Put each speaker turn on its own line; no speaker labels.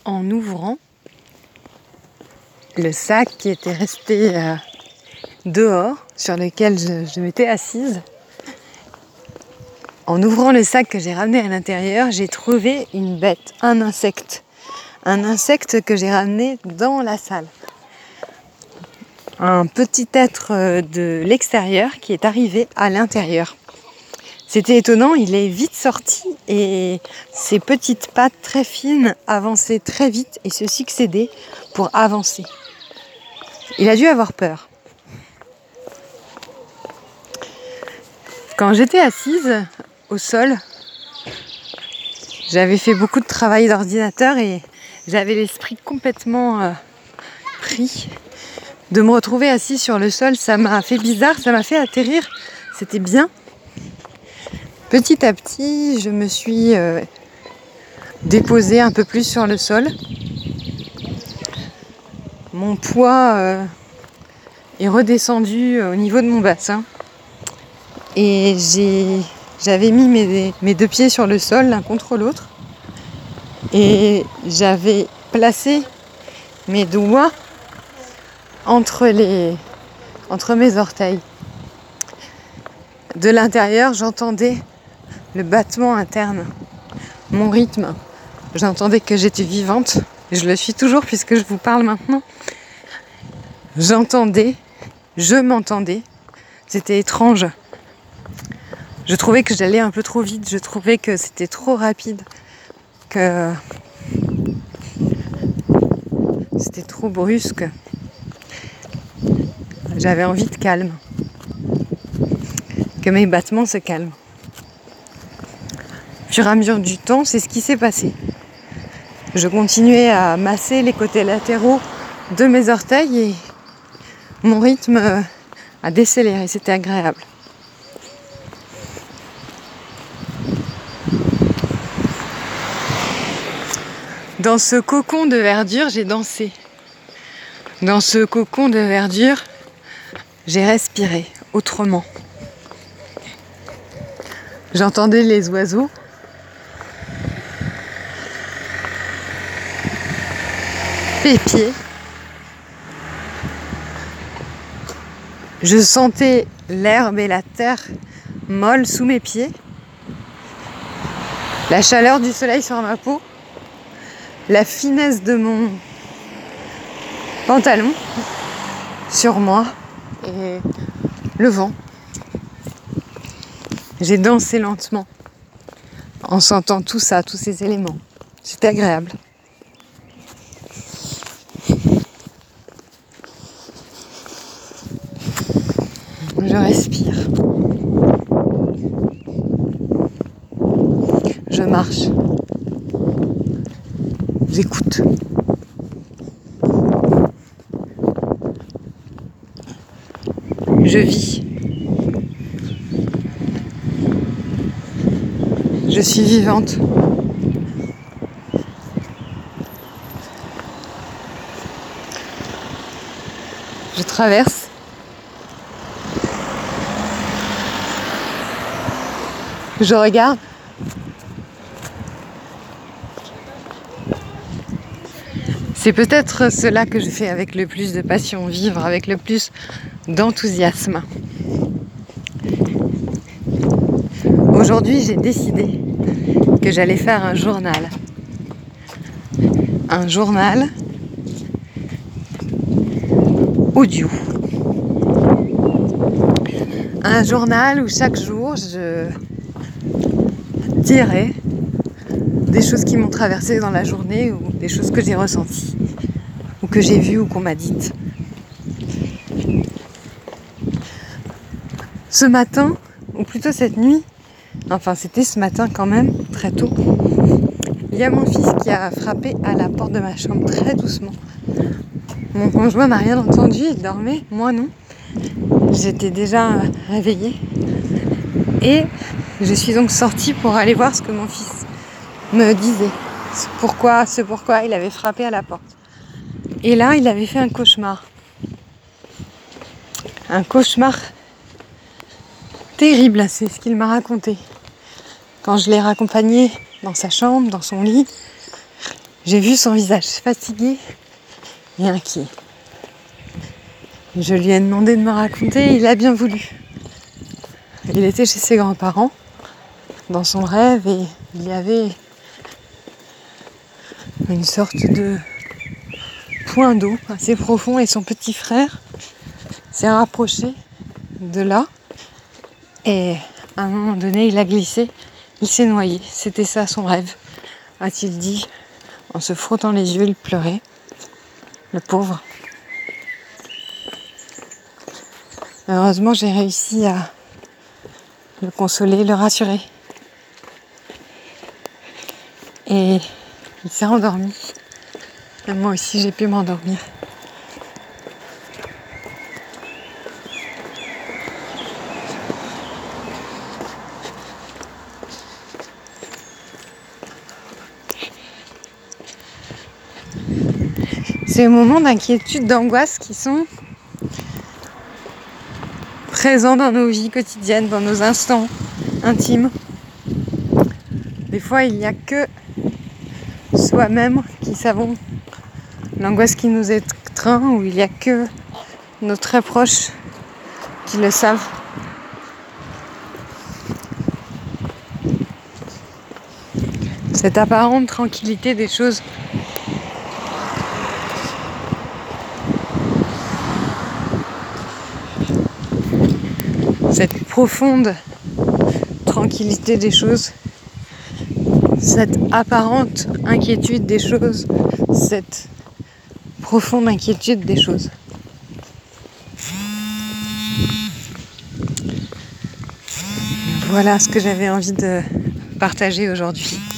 en ouvrant le sac qui était resté dehors, sur lequel je m'étais assise. En ouvrant le sac que j'ai ramené à l'intérieur, j'ai trouvé une bête, un insecte. Un insecte que j'ai ramené dans la salle. Un petit être de l'extérieur qui est arrivé à l'intérieur. C'était étonnant, il est vite sorti et ses petites pattes très fines avançaient très vite et se succédaient pour avancer. Il a dû avoir peur. Quand j'étais assise au sol, j'avais fait beaucoup de travail d'ordinateur et j'avais l'esprit complètement pris. De me retrouver assise sur le sol, ça m'a fait bizarre, ça m'a fait atterrir. C'était bien. Petit à petit, je me suis déposée un peu plus sur le sol. Mon poids est redescendu au niveau de mon bassin. Et j'avais mis mes deux pieds sur le sol, l'un contre l'autre. Et j'avais placé mes doigts entre mes orteils. De l'intérieur, j'entendais le battement interne, mon rythme. J'entendais que j'étais vivante. Je le suis toujours puisque je vous parle maintenant. Je m'entendais. C'était étrange. Je trouvais que j'allais un peu trop vite. Je trouvais que c'était trop rapide. Que c'était trop brusque. J'avais envie de calme. Que mes battements se calment. Au fur et à mesure du temps, c'est ce qui s'est passé. Je continuais à masser les côtés latéraux de mes orteils et mon rythme a décéléré. C'était agréable. Dans ce cocon de verdure, j'ai dansé. Dans ce cocon de verdure, j'ai respiré autrement. J'entendais les oiseaux. Les pieds. Je sentais l'herbe et la terre molle sous mes pieds. La chaleur du soleil sur ma peau. La finesse de mon pantalon sur moi et le vent. J'ai dansé lentement en sentant tout ça, tous ces éléments. C'était agréable. Je respire. Je marche. J'écoute. Je vis. Je suis vivante. Je traverse. Je regarde. C'est peut-être cela que je fais avec le plus de passion, vivre avec le plus d'enthousiasme. Aujourd'hui, j'ai décidé que j'allais faire un journal. Un journal audio. Un journal où chaque jour, je dirai des choses qui m'ont traversé dans la journée ou des choses que j'ai ressenties ou que j'ai vues ou qu'on m'a dites. Ce matin, ou plutôt cette nuit, enfin c'était ce matin quand même, très tôt, il y a mon fils qui a frappé à la porte de ma chambre très doucement. Mon conjoint n'a rien entendu, il dormait, moi non. J'étais déjà réveillée et je suis donc sortie pour aller voir ce que mon fils me disait. Pourquoi il avait frappé à la porte. Et là, il avait fait un cauchemar. Un cauchemar terrible, c'est ce qu'il m'a raconté. Quand je l'ai raccompagné dans sa chambre, dans son lit, J'ai vu son visage fatigué et inquiet. Je lui ai demandé de me raconter, il a bien voulu. Il était chez ses grands-parents, dans son rêve, et il y avait une sorte de point d'eau assez profond, et son petit frère s'est rapproché de là, et à un moment donné, il a glissé, il s'est noyé. C'était ça son rêve, a-t-il dit. En se frottant les yeux, il pleurait, le pauvre. Heureusement, j'ai réussi à le consoler, le rassurer. Et il s'est endormi. Et moi aussi, j'ai pu m'endormir. Ces moments d'inquiétude, d'angoisse qui sont présents dans nos vies quotidiennes, dans nos instants intimes. Des fois, il n'y a que soi-même qui savons l'angoisse qui nous étreint, ou il n'y a que nos très proches qui le savent. Cette apparente tranquillité des choses. Cette profonde tranquillité des choses, cette apparente inquiétude des choses, cette profonde inquiétude des choses. Voilà ce que j'avais envie de partager aujourd'hui.